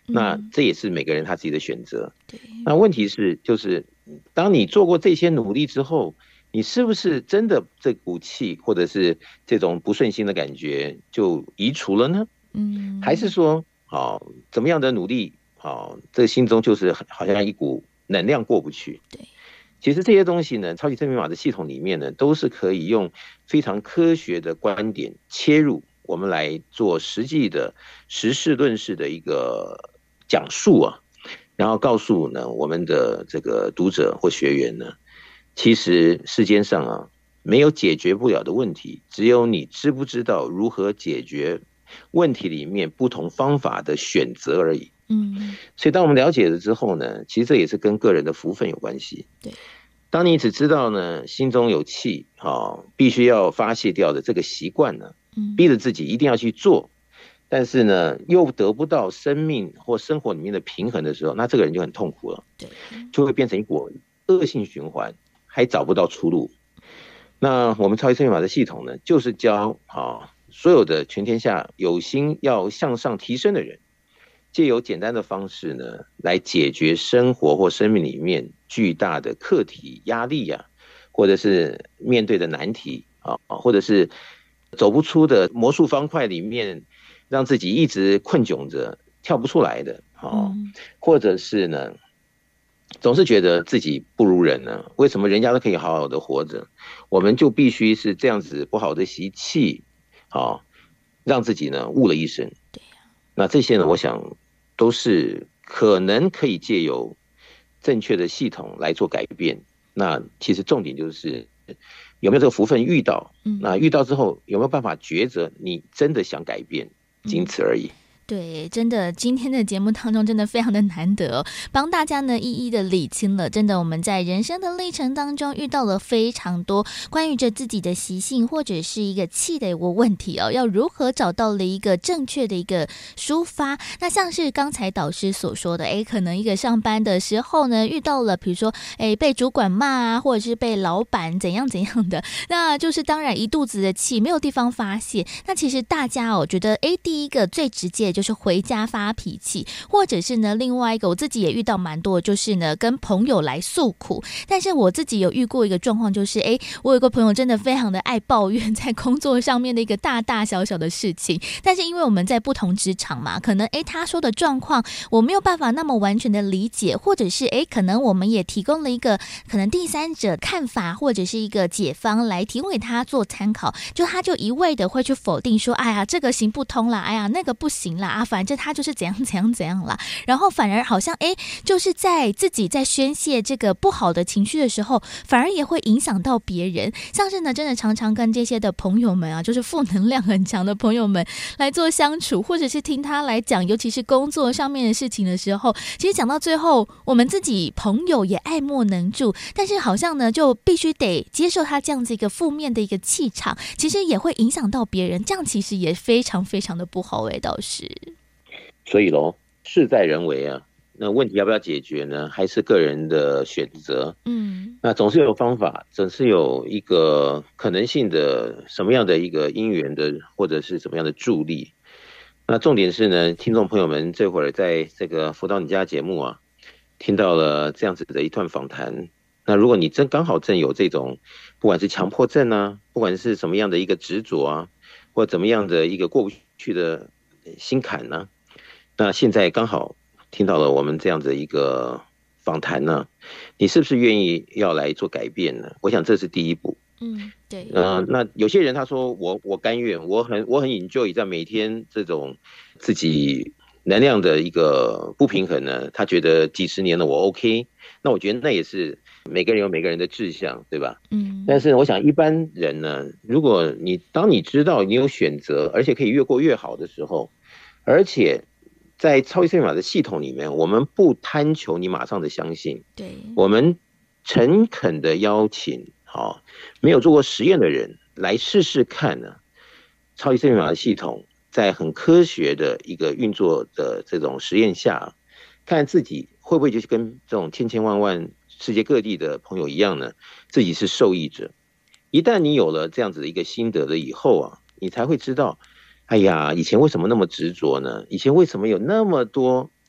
那这也是每个人他自己的选择。那问题是，就是当你做过这些努力之后，你是不是真的这股气或者是这种不顺心的感觉就移除了呢？还是说，怎么样的努力，这心中就是好像一股能量过不去。对，其实这些东西呢，超级生命密码的系统里面呢，都是可以用非常科学的观点切入，我们来做实际的实事论事的一个讲述啊，然后告诉呢我们的这个读者或学员呢，其实世间上啊没有解决不了的问题，只有你知不知道如何解决问题里面不同方法的选择而已。所以当我们了解了之后呢，其实这也是跟个人的福分有关系。对，当你只知道呢心中有气，必须要发泄掉的这个习惯呢，逼着自己一定要去做，但是呢又得不到生命或生活里面的平衡的时候，那这个人就很痛苦了，就会变成一股恶性循环，还找不到出路。那我们超级生命法的系统呢，就是教所有的全天下有心要向上提升的人，借由简单的方式呢，来解决生活或生命里面巨大的课题、压力啊，或者是面对的难题啊，或者是走不出的魔术方块里面，让自己一直困窘着跳不出来的或者是呢，总是觉得自己不如人呢，为什么人家都可以好好的活着，我们就必须是这样子不好的习气，让自己呢误了一生。那这些呢，我想都是可能可以借由正确的系统来做改变。那其实重点就是有没有这个福分遇到，那遇到之后有没有办法抉择你真的想改变，仅此而已。 对，真的今天的节目当中真的非常的难得哦，帮大家呢一一的理清了。真的我们在人生的历程当中遇到了非常多关于着自己的习性或者是一个气的一个问题哦，要如何找到了一个正确的一个抒发。那像是刚才导师所说的，可能一个上班的时候呢遇到了比如说被主管骂啊，或者是被老板怎样怎样的，那就是当然一肚子的气没有地方发泄。那其实大家觉得第一个最直接就是回家发脾气，或者是呢另外一个我自己也遇到蛮多的，就是呢跟朋友来诉苦。但是我自己有遇过一个状况，就是我有个朋友真的非常的爱抱怨在工作上面的一个大大小小的事情，但是因为我们在不同职场嘛，可能他说的状况我没有办法那么完全的理解，或者是可能我们也提供了一个可能第三者看法或者是一个解方来提供给他做参考，他就一味的会去否定说，哎呀这个行不通啦，哎呀那个不行啦，反正他就是怎样怎样怎样啦，然后反而好像就是在自己在宣泄这个不好的情绪的时候，反而也会影响到别人。像是呢真的常常跟这些的朋友们啊，就是负能量很强的朋友们来做相处，或者是听他来讲尤其是工作上面的事情的时候，其实讲到最后我们自己朋友也爱莫能助，但是好像呢就必须得接受他这样子一个负面的一个气场，其实也会影响到别人，这样其实也非常非常的不好倒是。 所以事在人为啊，那问题要不要解决呢？还是个人的选择。那总是有方法，总是有一个可能性的什么样的一个因缘的，或者是什么样的助力。那重点是呢，听众朋友们这会儿在这个辅导你家节目啊，听到了这样子的一段访谈。那如果你刚好有这种，不管是强迫症啊，不管是什么样的一个执着啊，或怎么样的一个过不去的心坎呢，那现在刚好听到了我们这样的一个访谈呢，你是不是愿意要来做改变呢？我想这是第一步。对。那有些人他说我甘愿，我很 enjoy 在每天这种自己能量的一个不平衡呢，他觉得几十年了我 OK， 那我觉得那也是每个人有每个人的志向，对吧？但是我想一般人呢，如果当你知道你有选择，而且可以越过越好的时候，而且在超级生命法的系统里面，我们不贪求你马上的相信，对，我们诚恳的邀请没有做过实验的人来试试看呢，超级生命法的系统在很科学的一个运作的这种实验下，看自己会不会就是跟这种千千万万世界各地的朋友一样呢，自己是受益者。一旦你有了这样子的一个心得了以后啊，你才会知道，哎呀，以前为什么那么执着呢？以前为什么有那么多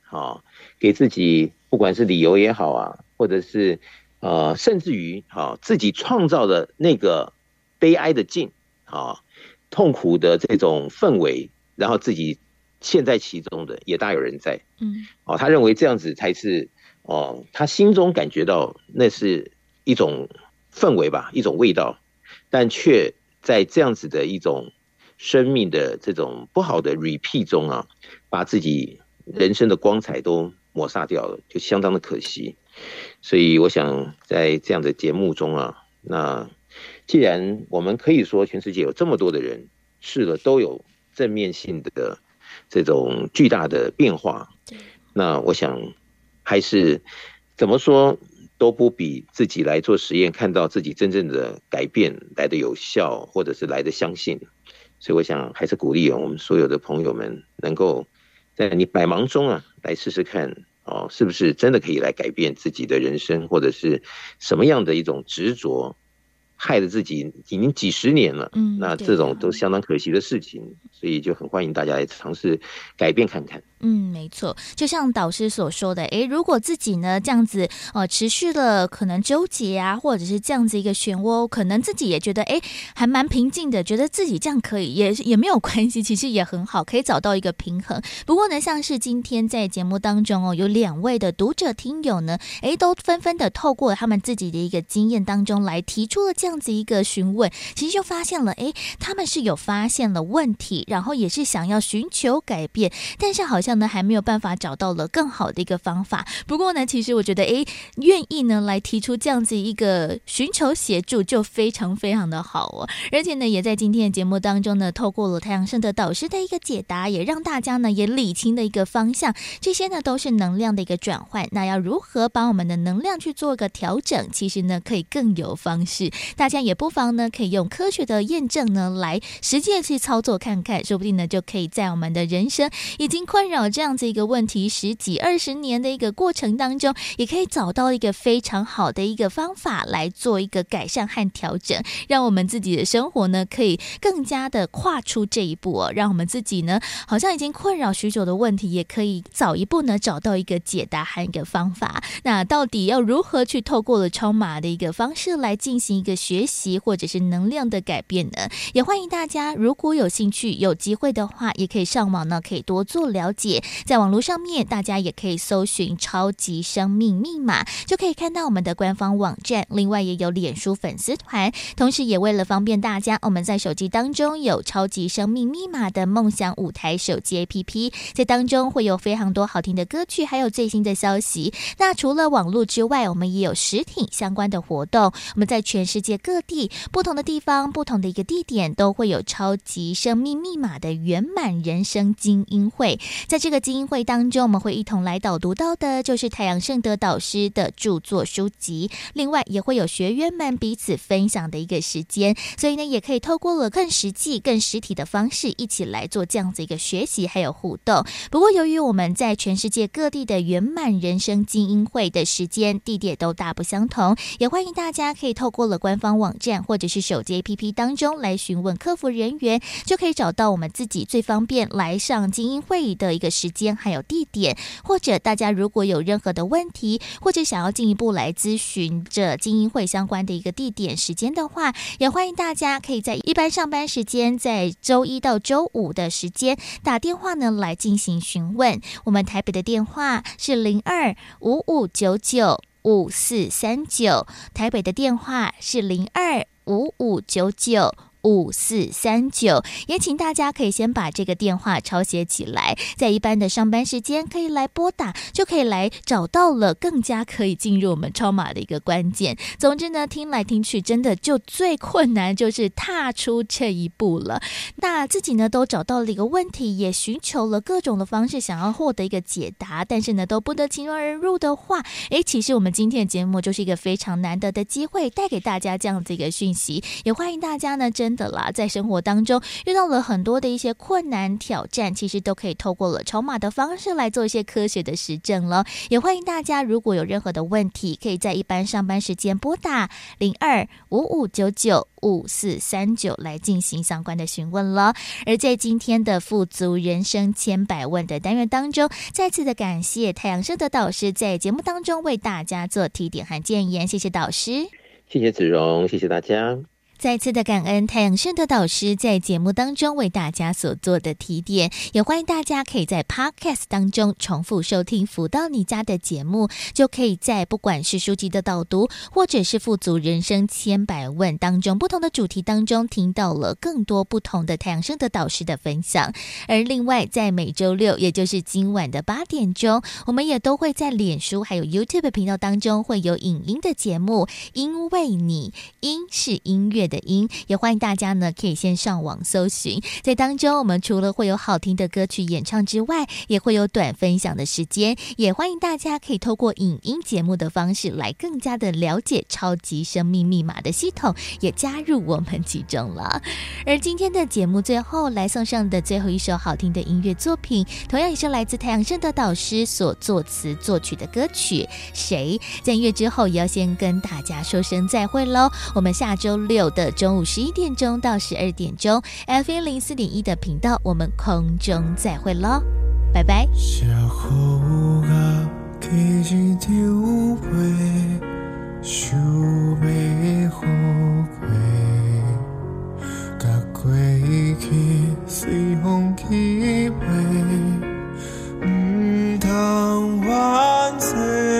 给自己不管是理由也好啊，或者是甚至于自己创造的那个悲哀的境痛苦的这种氛围，然后自己陷在其中的也大有人在。他认为这样子才是他心中感觉到那是一种氛围吧，一种味道，但却在这样子的一种生命的这种不好的 repeat 中把自己人生的光彩都抹杀掉了，就相当的可惜。所以我想在这样的节目中那既然我们可以说全世界有这么多的人试了都有正面性的这种巨大的变化，那我想还是怎么说都不比自己来做实验看到自己真正的改变来的有效，或者是来的相信。所以我想还是鼓励我们所有的朋友们能够在你百忙中来试试看是不是真的可以来改变自己的人生，或者是什么样的一种执着害了自己已经几十年了，那这种都相当可惜的事情，所以就很欢迎大家来尝试改变看看。 没错，就像导师所说的，如果自己呢这样子持续了可能纠结啊，或者是这样子一个漩涡，可能自己也觉得还蛮平静的，觉得自己这样可以也没有关系，其实也很好，可以找到一个平衡。不过呢，像是今天在节目当中有2位的读者听友呢，都纷纷的透过他们自己的一个经验当中来提出了这样子一个询问，其实就发现了他们是有发现了问题，然后也是想要寻求改变，但是好像呢还没有办法找到了更好的一个方法。不过呢，其实我觉得愿意呢来提出这样子一个寻求协助就非常非常的好而且呢也在今天的节目当中呢，透过了太阳圣德导师的一个解答，也让大家呢也理清的一个方向，这些呢都是能量的一个转换，那要如何把我们的能量去做一个调整，其实呢可以更有方式，大家也不妨呢可以用科学的验证呢来实际去操作看看，说不定呢就可以在我们的人生已经困扰这样子一个问题10几20年的一个过程当中，也可以找到一个非常好的一个方法来做一个改善和调整，让我们自己的生活呢可以更加的跨出这一步让我们自己呢好像已经困扰许久的问题，也可以早一步呢找到一个解答和一个方法。那到底要如何去透过了超码的一个方式来进行一个学习或者是能量的改变呢？也欢迎大家如果有兴趣有机会的话，也可以上网呢可以多做了解，在网络上面大家也可以搜寻超级生命密码，就可以看到我们的官方网站，另外也有脸书粉丝团，同时也为了方便大家，我们在手机当中有超级生命密码的梦想舞台手机 APP， 在当中会有非常多好听的歌曲，还有最新的消息。那除了网络之外，我们也有实体相关的活动，我们在全世界各地不同的地方不同的一个地点都会有超级生命密码的圆满人生精英会，在这个精英会当中，我们会一同来导读到的就是太阳圣德导师的著作书籍，另外也会有学员们彼此分享的一个时间，所以呢也可以透过了更实际更实体的方式一起来做这样子一个学习还有互动。不过由于我们在全世界各地的圆满人生精英会的时间地点都大不相同，也欢迎大家可以透过了官方网站或者是手机 APP 当中来询问客服人员，就可以找到我们自己最方便来上精英会的一个时间还有地点，或者大家如果有任何的问题，或者想要进一步来咨询这精英会相关的一个地点时间的话，也欢迎大家可以在一般上班时间，在周一到周五的时间打电话呢来进行询问。我们台北的电话是02-5599-5439，台北的电话是02-5599-5439，也请大家可以先把这个电话抄写起来，在一般的上班时间可以来拨打，就可以来找到了更加可以进入我们超码的一个关键。总之呢，听来听去真的就最困难就是踏出这一步了。那自己呢都找到了一个问题，也寻求了各种的方式想要获得一个解答，但是呢都不得其门而入的话，其实我们今天的节目就是一个非常难得的机会，带给大家这样子一个讯息，也欢迎大家呢针的啦，在生活当中遇到了很多的一些困难挑战，其实都可以透过了筹码的方式来做一些科学的实证了。也欢迎大家如果有任何的问题，可以在一般上班时间拨打02-5599-5439来进行相关的询问了。而在今天的富足人生千百问的单元当中，再次的感谢太阳盛德导师在节目当中为大家做提点和建言，谢谢导师。 谢谢子荣，谢谢大家。 再次的感恩太阳盛德导师在节目当中为大家所做的提点，也欢迎大家可以在 Podcast 当中重复收听福到你家的节目，就可以在不管是书籍的导读或者是富足人生千百问当中不同的主题当中听到了更多不同的太阳盛德导师的分享。而另外在每周六也就是今晚的8点钟，我们也都会在脸书还有 YouTube 频道当中会有影音的节目，因为你，音是音乐的音，也欢迎大家呢可以先上网搜寻，在当中我们除了会有好听的歌曲演唱之外，也会有短分享的时间，也欢迎大家可以透过影音节目的方式来更加的了解超级生命密码的系统，也加入我们其中了。而今天的节目最后来送上的最后一首好听的音乐作品，同样也是来自太阳盛德导师所作词作曲的歌曲谁。在音乐之后也要先跟大家说声再会咯，我们下周六的中午11点钟到12点钟 FM04.1 的频道我们空中再会咯，拜拜。 社雨啊其实就会想要好过，甲过去随风去飞，不通怨气，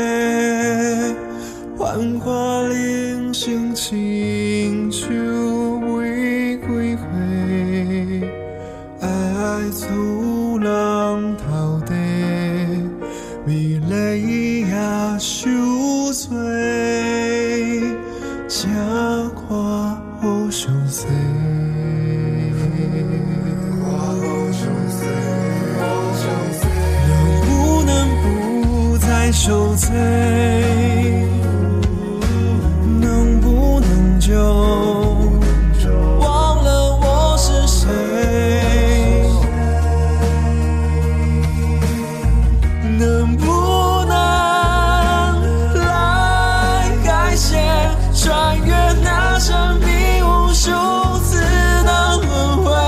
繁华人生亲像玫瑰花，爱厝人头地，美丽也伤多，请看好详细。能不能不再受罪？能不能就忘了我是谁？能不能来改写，穿越那生命无数次的轮回，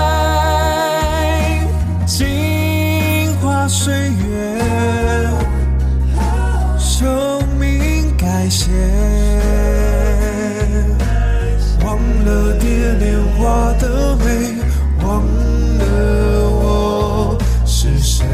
镜花水月，生命改写，忘了蝶恋花的美，忘了我是谁。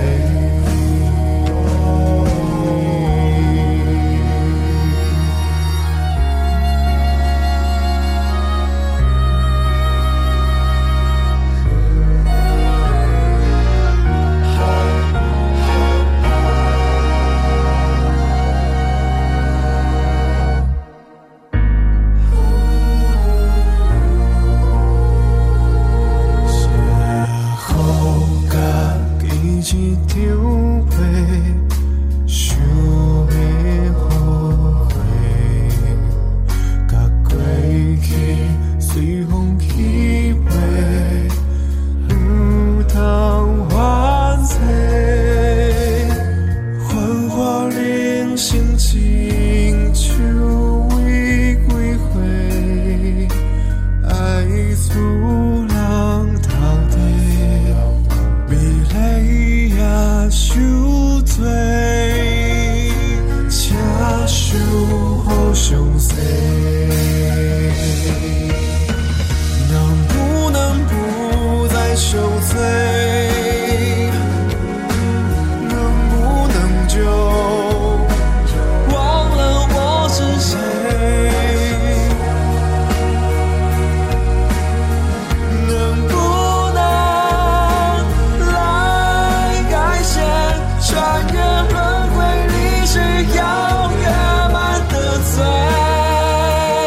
穿越轮回，历史遥远满的罪。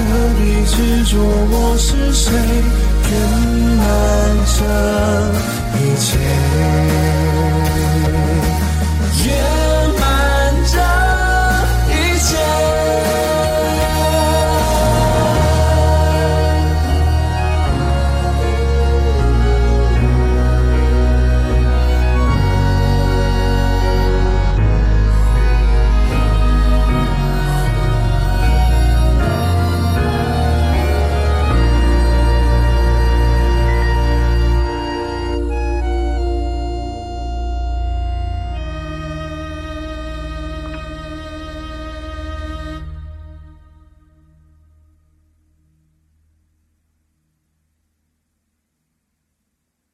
何必执着我是谁，圆满这一切。